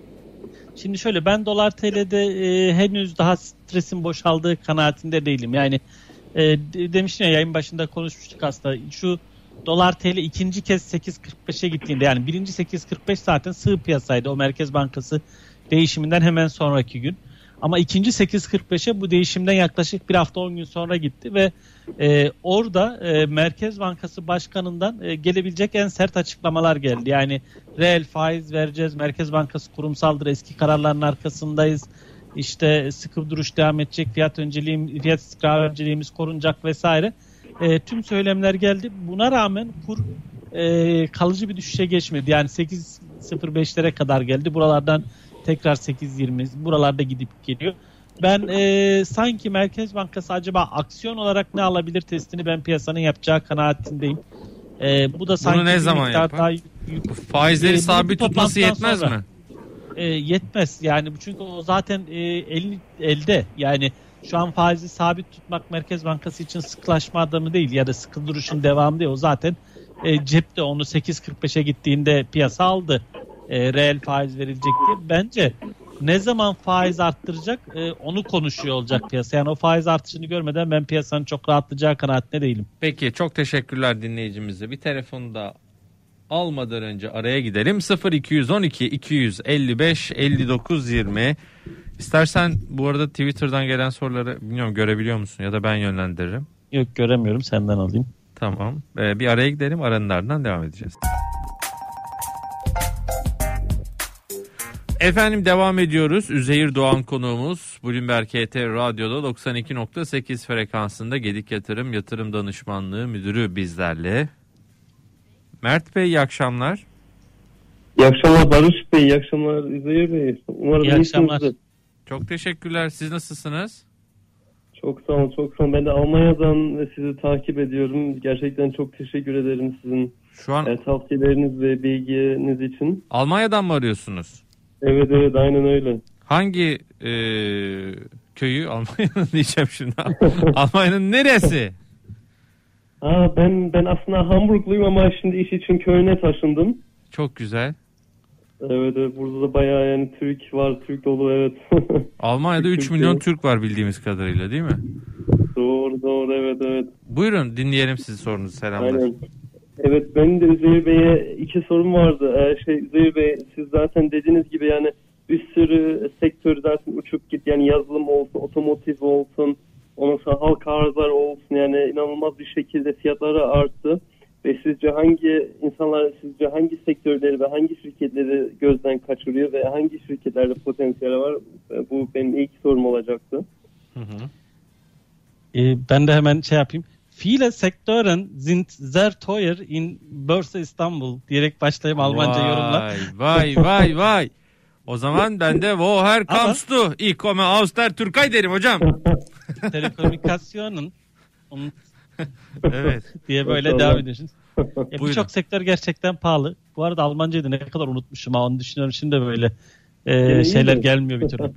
Şimdi şöyle, ben dolar T L'de e, henüz daha stresin boşaldığı kanaatinde değilim. Yani e, demiştim ya, yayın başında konuşmuştuk aslında. Şu dolar T L ikinci kez sekiz kırk beşe gittiğinde, yani birinci sekiz kırk beş zaten sığ piyasaydı. O Merkez Bankası değişiminden hemen sonraki gün. Ama ikinci sekiz kırk beşe bu değişimden yaklaşık bir hafta on gün sonra gitti ve e, orada e, Merkez Bankası Başkanı'ndan e, gelebilecek en sert açıklamalar geldi. Yani reel faiz vereceğiz, Merkez Bankası kurumsaldır, eski kararların arkasındayız, İşte sıkı duruş devam edecek, fiyat önceliğim, fiyat istikrarı önceliğimiz korunacak vesaire. E, tüm söylemler geldi. Buna rağmen kur e, kalıcı bir düşüşe geçmedi. Yani sekiz sıfır beşlere kadar geldi. Buralardan tekrar sekiz yirmi, buralarda gidip geliyor. Ben e, sanki Merkez Bankası acaba aksiyon olarak ne alabilir testini ben piyasanın yapacağı kanaatindeyim. E, bu da sanki bunu ne zaman yapar? Daha, faizleri e, sabit tutması yetmez sonra, mi? E, yetmez. Yani çünkü o zaten e, el, elde. Yani şu an faizi sabit tutmak Merkez Bankası için sıklaşma adamı değil ya da sıkı duruşun devamı değil. O zaten e, cepte, onu sekiz kırk beşe gittiğinde piyasa aldı. E, reel faiz verilecek diye. Bence ne zaman faiz arttıracak e, onu konuşuyor olacak piyasa. Yani o faiz artışını görmeden ben piyasanın çok rahatlayacağı kanaatinde değilim. Peki, çok teşekkürler dinleyicimize. Bir telefonu da almadan önce araya gidelim. sıfır iki on iki iki elli beş elli dokuz yirmi. İstersen bu arada Twitter'dan gelen soruları bilmiyorum, görebiliyor musun ya da ben yönlendiririm. Yok, göremiyorum, senden alayım. Tamam. Ee, bir araya gidelim, aranın ardından devam edeceğiz. Efendim, devam ediyoruz. Üzeyir Doğan konuğumuz. Bloomberg H T Radyo'da doksan iki nokta sekiz frekansında Gedik Yatırım Yatırım Danışmanlığı Müdürü bizlerle. Mert Bey, iyi akşamlar. İyi akşamlar Barış Bey, iyi akşamlar Üzeyir Bey. Umarım iyi akşamlar. Çok teşekkürler. Siz nasılsınız? Çok sağ olun, çok sağ olun. Ben de Almanya'dan sizi takip ediyorum. Gerçekten çok teşekkür ederim sizin şu an e, tavsiyeleriniz ve bilginiz için. Almanya'dan mı arıyorsunuz? Evet evet, aynen öyle. Hangi e, köyü? Almanya'nın diyeceğim şimdi. Almanya'nın neresi? Ha, ben ben aslında Hamburgluyum ama şimdi iş için Köln'e taşındım. Çok güzel. Evet, evet, burada da bayağı yani Türk var, Türk dolu, evet. Almanya'da üç milyon Türk var bildiğimiz kadarıyla, değil mi? Doğru doğru, evet evet. Buyurun, dinleyelim sizi, sorunuzu, selamlar. Aynen. Evet, benim de Üzeyir Bey'e iki sorum vardı. Ee, şey Üzeyir Bey, siz zaten dediğiniz gibi yani bir sürü sektör zaten uçup git, yani yazılım olsun, otomotiv olsun, ondan sonra halka arzlar olsun, yani inanılmaz bir şekilde fiyatları arttı. Ve sizce hangi insanlar, sizce hangi sektörleri ve hangi şirketleri gözden kaçırıyor ve hangi şirketlerde potansiyel var? Bu benim ilk sorum olacaktı. Hı hı. Ee, ben de hemen şey yapayım. Viele Sektoren sind sehr teuer in Börse İstanbul diyerek başlayayım Almanca vay, yorumla. Vay vay vay. O zaman ben de woher kommst du? Ich komme aus der Türkei derim hocam. Telekomünikasyonun onun evet diye böyle devam ediyorsunuz. Birçok sektör gerçekten pahalı. Bu arada Almancayı da ne kadar unutmuşum ha, onu düşünüyorum şimdi böyle e, şeyler gelmiyor bir türlü.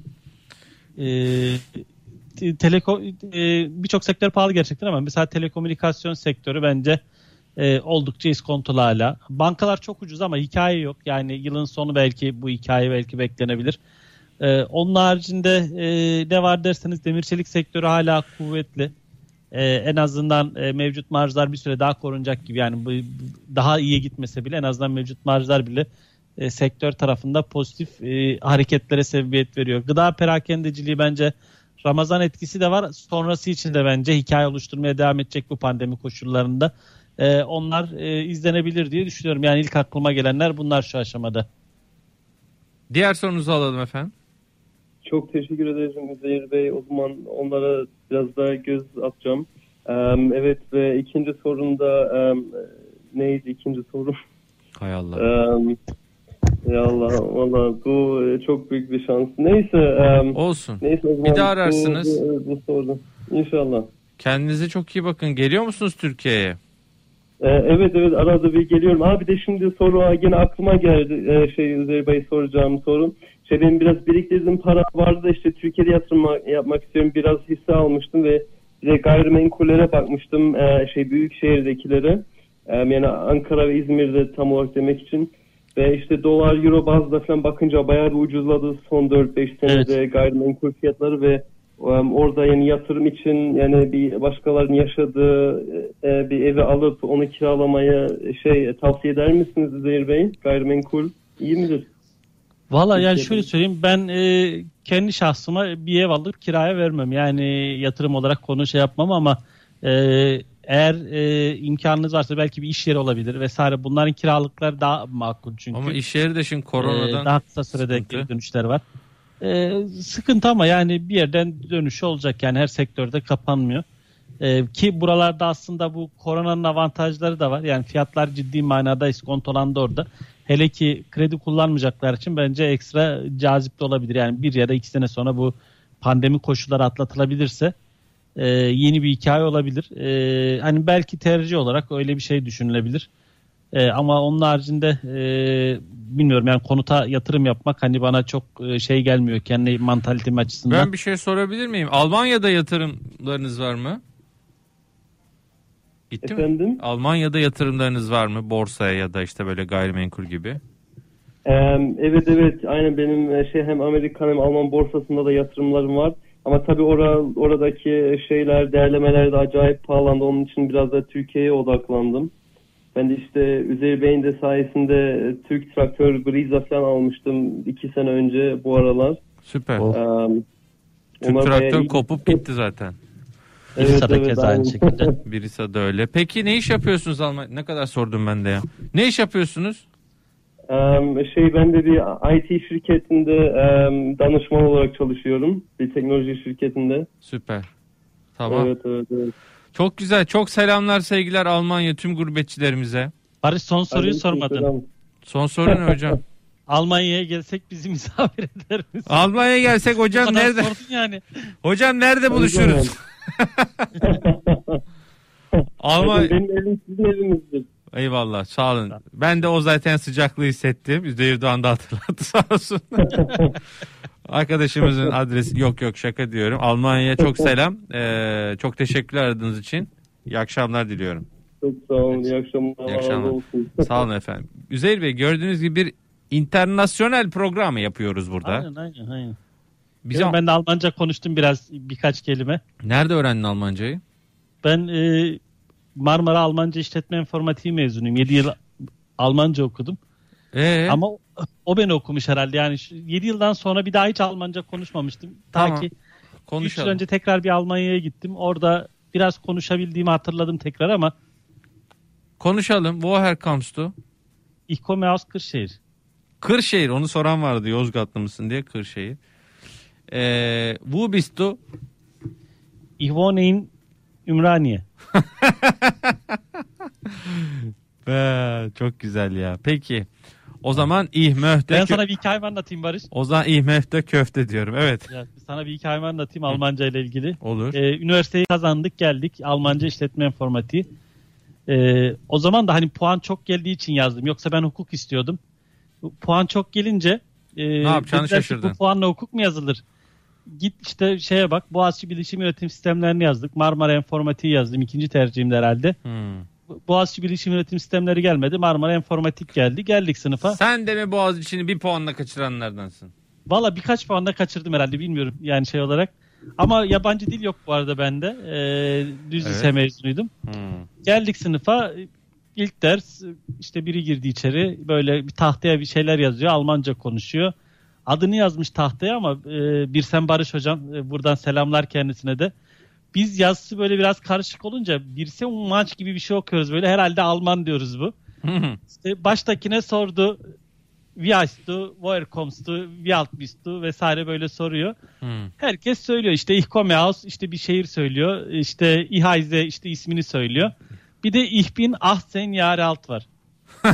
E, teleko e, birçok sektör pahalı gerçekten ama mesela telekomünikasyon sektörü bence e, oldukça iskontolu hala. Bankalar çok ucuz ama hikaye yok. Yani yılın sonu belki bu hikaye belki beklenebilir. E, onun haricinde e, ne var derseniz demir çelik sektörü hala kuvvetli. Ee, en azından e, mevcut marjlar bir süre daha korunacak gibi, yani bu, daha iyiye gitmese bile en azından mevcut marjlar bile e, sektör tarafında pozitif e, hareketlere sebebiyet veriyor. Gıda perakendeciliği bence Ramazan etkisi de var, sonrası için de bence hikaye oluşturmaya devam edecek bu pandemi koşullarında. E, onlar e, izlenebilir diye düşünüyorum. Yani ilk aklıma gelenler bunlar şu aşamada. Diğer sorunuzu alalım efendim. Çok teşekkür ederim Üzeyir Bey. O zaman onlara biraz daha göz atacağım. Um, evet, ve ikinci sorumda um, neydi ikinci sorum? Hay Allah. Ee, ya Allah, valla bu çok büyük bir şans. Neyse. E, Olsun. Neyse, o zaman bir daha ararsınız. Bu, bu, bu sordu. İnşallah. Kendinize çok iyi bakın. Geliyor musunuz Türkiye'ye? Ee, evet evet arada bir geliyorum. Abi de şimdi soru yine aklıma geldi. Ee, şey Üzeyir Bey soracağım sorun. Şey benim biraz biriktirdiğim para vardı da işte Türkiye'de yatırım yapmak istiyorum. Biraz hisse almıştım ve bir de gayrimenkullere bakmıştım. Ee, şey büyük şehirdekilere. Ee, yani Ankara ve İzmir'de tam olarak demek için. Ve işte dolar euro bazda falan bakınca bayağı bir ucuzladı son dört beş senede evet. Gayrimenkul fiyatları ve um, orada yani yatırım için yani bir başkalarının yaşadığı e, bir evi alıp onu kiralamaya şey tavsiye eder misiniz Üzeyir Bey? Gayrimenkul iyi midir? Valla yani şöyle söyleyeyim, ben e, kendi şahsıma bir ev alıp kiraya vermem. Yani yatırım olarak konu şey yapmam ama e, eğer e, imkanınız varsa belki bir iş yeri olabilir vesaire. Bunların kiralıkları daha makul çünkü. Ama iş yeri de şimdi koronadan e, daha kısa sürede geri dönüşler var. E, sıkıntı ama yani bir yerden dönüşü olacak, yani her sektörde kapanmıyor. E, ki buralarda aslında bu koronanın avantajları da var. Yani fiyatlar ciddi manada iskontolandı orada. Hele ki kredi kullanmayacaklar için bence ekstra cazip de olabilir. Yani bir ya da iki sene sonra bu pandemi koşulları atlatılabilirse e, yeni bir hikaye olabilir. E, hani belki tercih olarak öyle bir şey düşünülebilir. E, ama onun haricinde e, bilmiyorum yani konuta yatırım yapmak hani bana çok e, şey gelmiyor kendi mantalitem açısından. Ben bir şey sorabilir miyim? Almanya'da yatırımlarınız var mı? Gitti Efendim? mi? Almanya'da yatırımlarınız var mı? Borsaya ya da işte böyle gayrimenkul gibi. Ee, evet evet aynen benim şey hem Amerikan hem Alman borsasında da yatırımlarım var. Ama tabii ora, oradaki şeyler, değerlemeler de acayip pahalandı. Onun için biraz da Türkiye'ye odaklandım. Ben de işte Üzeyir Bey'in de sayesinde Türk traktör Griza falan almıştım iki sene önce bu aralar. Süper. Ee, Türk traktör kopup gitti zaten. Birisa da evet, keza aynı şekilde. Birisa da öyle. Peki ne iş yapıyorsunuz Almanya? Ne kadar sordum ben de ya. Ne iş yapıyorsunuz? Um, şey ben de bir I T şirketinde um, danışman olarak çalışıyorum. Bir teknoloji şirketinde. Süper. Tamam. Evet, evet, evet. Çok güzel. Çok selamlar, sevgiler Almanya tüm gurbetçilerimize. Barış son soruyu Aleyküm sormadın. selam. Son soru ne hocam? Almanya'ya gelsek bizi misafir eder misin? Almanya'ya gelsek hocam nerede? Yani. Hocam nerede buluşuruz? Almanya. Benim evim sizin evinizdir. Eyvallah sağ olun. Ben de o zaten sıcaklığı hissettim. Üzeyir Doğan da hatırlattı sağ olsun. Arkadaşımızın adresi yok yok şaka diyorum. Almanya'ya çok selam. Ee, çok teşekkürler aradığınız için. İyi akşamlar diliyorum. Çok sağ olun. İyi akşamlar. İyi akşamlar. Sağ olun efendim. Üzeyir Bey gördüğünüz gibi bir internasyonel programı yapıyoruz burada. Aynen aynen. aynen. Bize... Ben de Almanca konuştum biraz birkaç kelime. Nerede öğrendin Almancayı? Ben e, Marmara Almanca İşletme Informatiği mezunuyum. yedi yıl Almanca okudum. Ee? Ama o, o beni okumuş herhalde. Yani yedi yıldan sonra bir daha hiç Almanca konuşmamıştım. Ta tamam. ki Konuşalım. üç yıl önce tekrar bir Almanya'ya gittim. Orada biraz konuşabildiğimi hatırladım tekrar ama. Konuşalım. Woher kommst du? Ich komme aus Kırşehir. Kırşehir. Onu soran vardı. Yozgatlı mısın diye Kırşehir. Ee, wo bist du? Ich wohne in Ümraniye. Be, çok güzel ya. Peki. O zaman ich möchte... Ben sana bir hikayemi anlatayım Barış. O zaman ich möchte köfte diyorum. Evet. Ya, sana bir hikayemi anlatayım Almanca ile ilgili. Olur. Ee, üniversiteyi kazandık geldik. Almanca işletme informatiği. Ee, o zaman da hani puan çok geldiği için yazdım. Yoksa ben hukuk istiyordum. Puan çok gelince... E, ne yapacağını şaşırdın. Bu puanla hukuk mu yazılır? Git işte şeye bak. Boğaziçi Bilişim Yönetim Sistemlerini yazdık. Marmara Informatik'i yazdım. İkinci tercihimde herhalde. Hmm. Boğaziçi Bilişim Yönetim Sistemleri gelmedi. Marmara Informatik geldi. Geldik sınıfa. Sen de mi Boğaziçi'ni bir puanla kaçıranlardansın? Valla birkaç puanla kaçırdım herhalde. Bilmiyorum yani şey olarak. Ama yabancı dil yok bu arada bende. Ee, düz lise evet. mezunuydum. Hmm. Geldik sınıfa. İlk ders işte biri girdi içeri. Böyle bir tahtaya bir şeyler yazıyor. Almanca konuşuyor. Adını yazmış tahtaya ama e, Birsen Barış hocam e, buradan selamlar kendisine de. Biz yazısı böyle biraz karışık olunca Birsen Manç gibi bir şey okuyoruz böyle. Herhalde Alman diyoruz bu. İşte baştakine sordu. Wie heißt du? Woher kommst du? Wie alt bist du? Vesaire böyle soruyor. Hmm. Herkes söylüyor. İşte ich komme aus işte bir şehir söylüyor. İşte ich heiße işte ismini söylüyor. Bir de ich bin on sekiz Jahre alt var.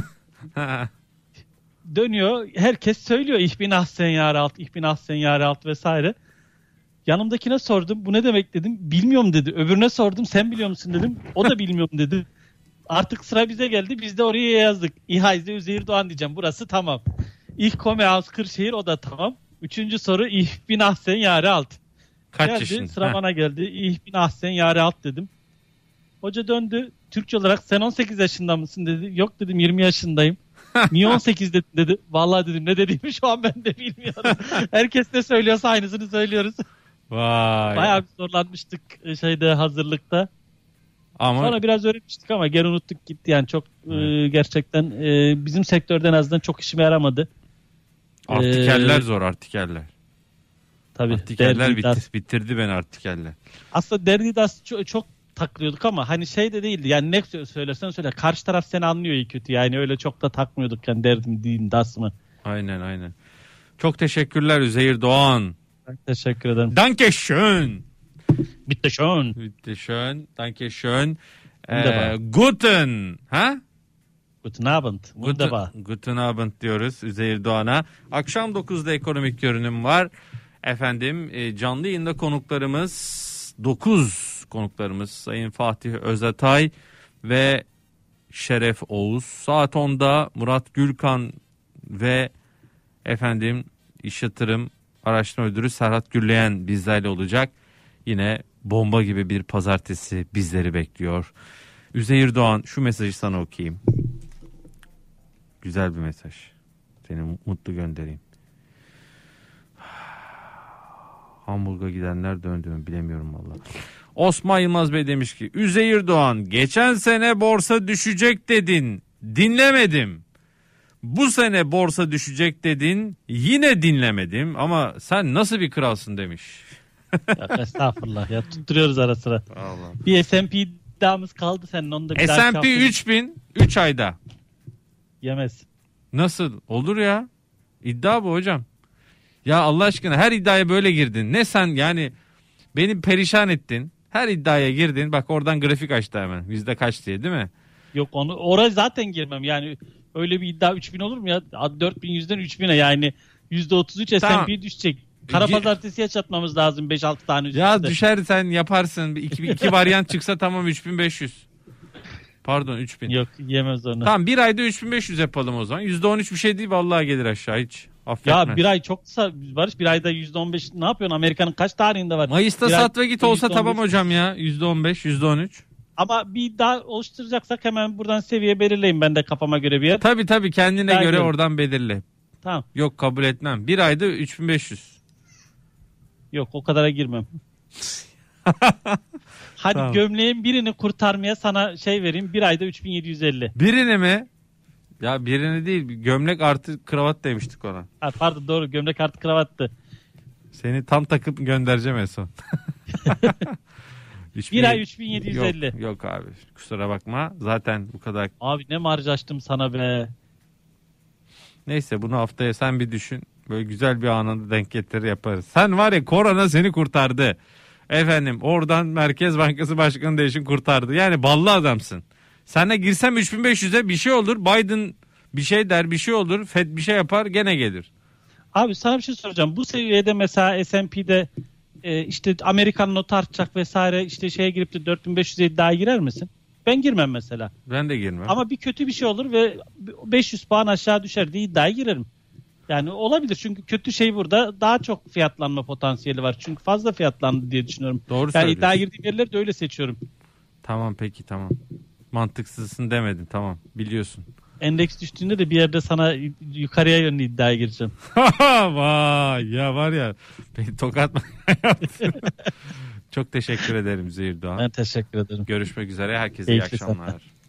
Dönüyor, herkes söylüyor ich bin achtzehn Jahre alt, ich bin achtzehn Jahre alt vesaire. Yanımdakine sordum, bu ne demek dedim. Bilmiyorum dedi. Öbürüne sordum, sen biliyor musun dedim. O da bilmiyorum dedi. Artık sıra bize geldi, biz de oraya yazdık. İHA'ydı Üzeyir Doğan diyeceğim, burası tamam. Ich komme aus Kırşehir, o da tamam. Üçüncü soru ich bin achtzehn Jahre alt. Kaç geldi, yaşında? sıra Ha. bana geldi. Ich bin achtzehn Jahre alt dedim. Hoca döndü. Türkçe olarak sen on sekiz yaşında mısın dedi. Yok dedim, yirmi yaşındayım. Niye on sekiz dedin dedi. Vallahi dedim, ne dediğimi şu an ben de bilmiyorum. Herkes ne söylüyorsa aynısını söylüyoruz. Vay. Bayağı bir zorlanmıştık şeyde, hazırlıkta. Ama Sonra biraz öğretmiştik ama geri unuttuk gitti. Yani çok e, gerçekten e, bizim sektörde en azından çok işime yaramadı. artikeller Ee, zor, artikeller. Tabii. Artikeller derdi, bitti, das- bitirdi beni artikeller. Aslında derdi das çok, çok takılıyorduk ama hani şey de değildi. Yani ne söylersen söyle. Karşı taraf seni anlıyor iyi kötü. Yani öyle çok da takmıyorduk yani derdim değil, das mı? Aynen aynen. Çok teşekkürler Üzeyir Doğan. Ben teşekkür ederim. Dankeschön. Bitte schön. Bitte schön. Dankeschön. Ee, Wunderbar. guten. Ha? Guten Abend. Wunderbar. Guten, guten Abend diyoruz Üzeyir Doğan'a. Akşam dokuzda ekonomik görünüm var. Efendim e, canlı yayında konuklarımız dokuz konuklarımız Sayın Fatih Özatay ve Şeref Oğuz. Saat onda Murat Gülkan ve efendim İş Yatırım Araştırma Müdürü Serhat Gürleyen bizlerle olacak. Yine bomba gibi bir pazartesi bizleri bekliyor. Üzeyir Doğan, şu mesajı sana okuyayım. Güzel bir mesaj. Seni mutlu göndereyim. Hamburg'a gidenler döndü mü bilemiyorum vallahi. Osman Yılmaz Bey demiş ki Üzeyir Doğan, geçen sene borsa düşecek dedin, dinlemedim. Bu sene borsa düşecek dedin, yine dinlemedim ama sen nasıl bir kralsın demiş. Ya, estağfurullah ya, tutturuyoruz ara sıra. Allah. Bir S and P iddiamız kaldı senin, onu da bir S dahaki and P hafta üç bin üç ayda. yemez. Nasıl olur ya? İddia bu hocam. Ya Allah aşkına her iddiaya böyle girdin. Ne sen yani beni perişan ettin. Her iddiaya girdin. Bak oradan grafik açtı hemen. Yüzde kaç diye değil mi? Yok, onu oraya zaten girmem yani, öyle bir iddia üç bin olur mu ya? dört bin yüzden üç bine yani yüzde otuz üç Tamam. S and P düşecek. Kara Ge- pazartesi yaşatmamız lazım beş altı tane üst Ya üste. düşer sen yaparsın. Bir iki, iki varyant çıksa tamam üç bin beş yüz. Pardon üç bin. Yok, yemez onu. Tamam bir ayda üç bin beş yüz yapalım o zaman. yüzde on üç bir şey değil vallahi gelir aşağı hiç. Affetmez. Ya bir ay çok kısa Barış, bir ayda yüzde on beş ne yapıyorsun? Amerika'nın kaç tarihinde var? Mayıs'ta Bir ay- sat ve git olsa yüzde on beş. tamam hocam ya. yüzde on beş, yüzde on üç. Ama bir iddia oluşturacaksak hemen buradan seviye belirleyin, ben de kafama göre bir yer. Tabii tabii kendine Ben göre görüyorum. oradan belirle. Tamam. Yok kabul etmem. Bir ayda üç bin beş yüz. Yok, o kadara girmem. Hadi Tamam. gömleğin birini kurtarmaya sana şey vereyim, bir ayda üç bin yedi yüz elli. Birini mi? Ya birini değil, gömlek artı kravat demiştik ona. Ha, pardon, doğru, gömlek artı kravattı. Seni tam takıp göndereceğim en son. üç bin Bir ay üç bin yedi yüz elli. Yok, yok abi kusura bakma zaten bu kadar. Abi ne marj açtım sana be. Neyse bunu haftaya sen bir düşün. Böyle güzel bir anında denk getirir yaparız. Sen var ya, korona seni kurtardı. Efendim oradan Merkez Bankası Başkanı değişim kurtardı. Yani ballı adamsın. Sana girsem üç bin beş yüze bir şey olur. Biden bir şey der, bir şey olur. Fed bir şey yapar, gene gelir. Abi sana bir şey soracağım. Bu seviyede mesela S and P'de e, işte Amerikan notu artacak vesaire, işte şeye girip de dört bin beş yüze iddiaya girer misin? Ben girmem mesela. Ben de girmem. Ama bir kötü bir şey olur ve beş yüz puan aşağı düşer diye iddiaya girerim. Yani olabilir, çünkü kötü şey burada daha çok fiyatlanma potansiyeli var. Çünkü fazla fiyatlandı diye düşünüyorum. Doğru yani söylüyorsun. iddiaya girdiğim yerleri de öyle seçiyorum. Tamam peki tamam. Mantıksızsın demedin, tamam biliyorsun. Endeks düştüğünde de bir yerde sana yukarıya yönlü iddiaya gireceğim. Vay ya, var ya beni tokatma. Çok teşekkür ederim Zehir Doğan. Ben teşekkür ederim. Görüşmek üzere, herkese iyi Keyifli akşamlar. saatler.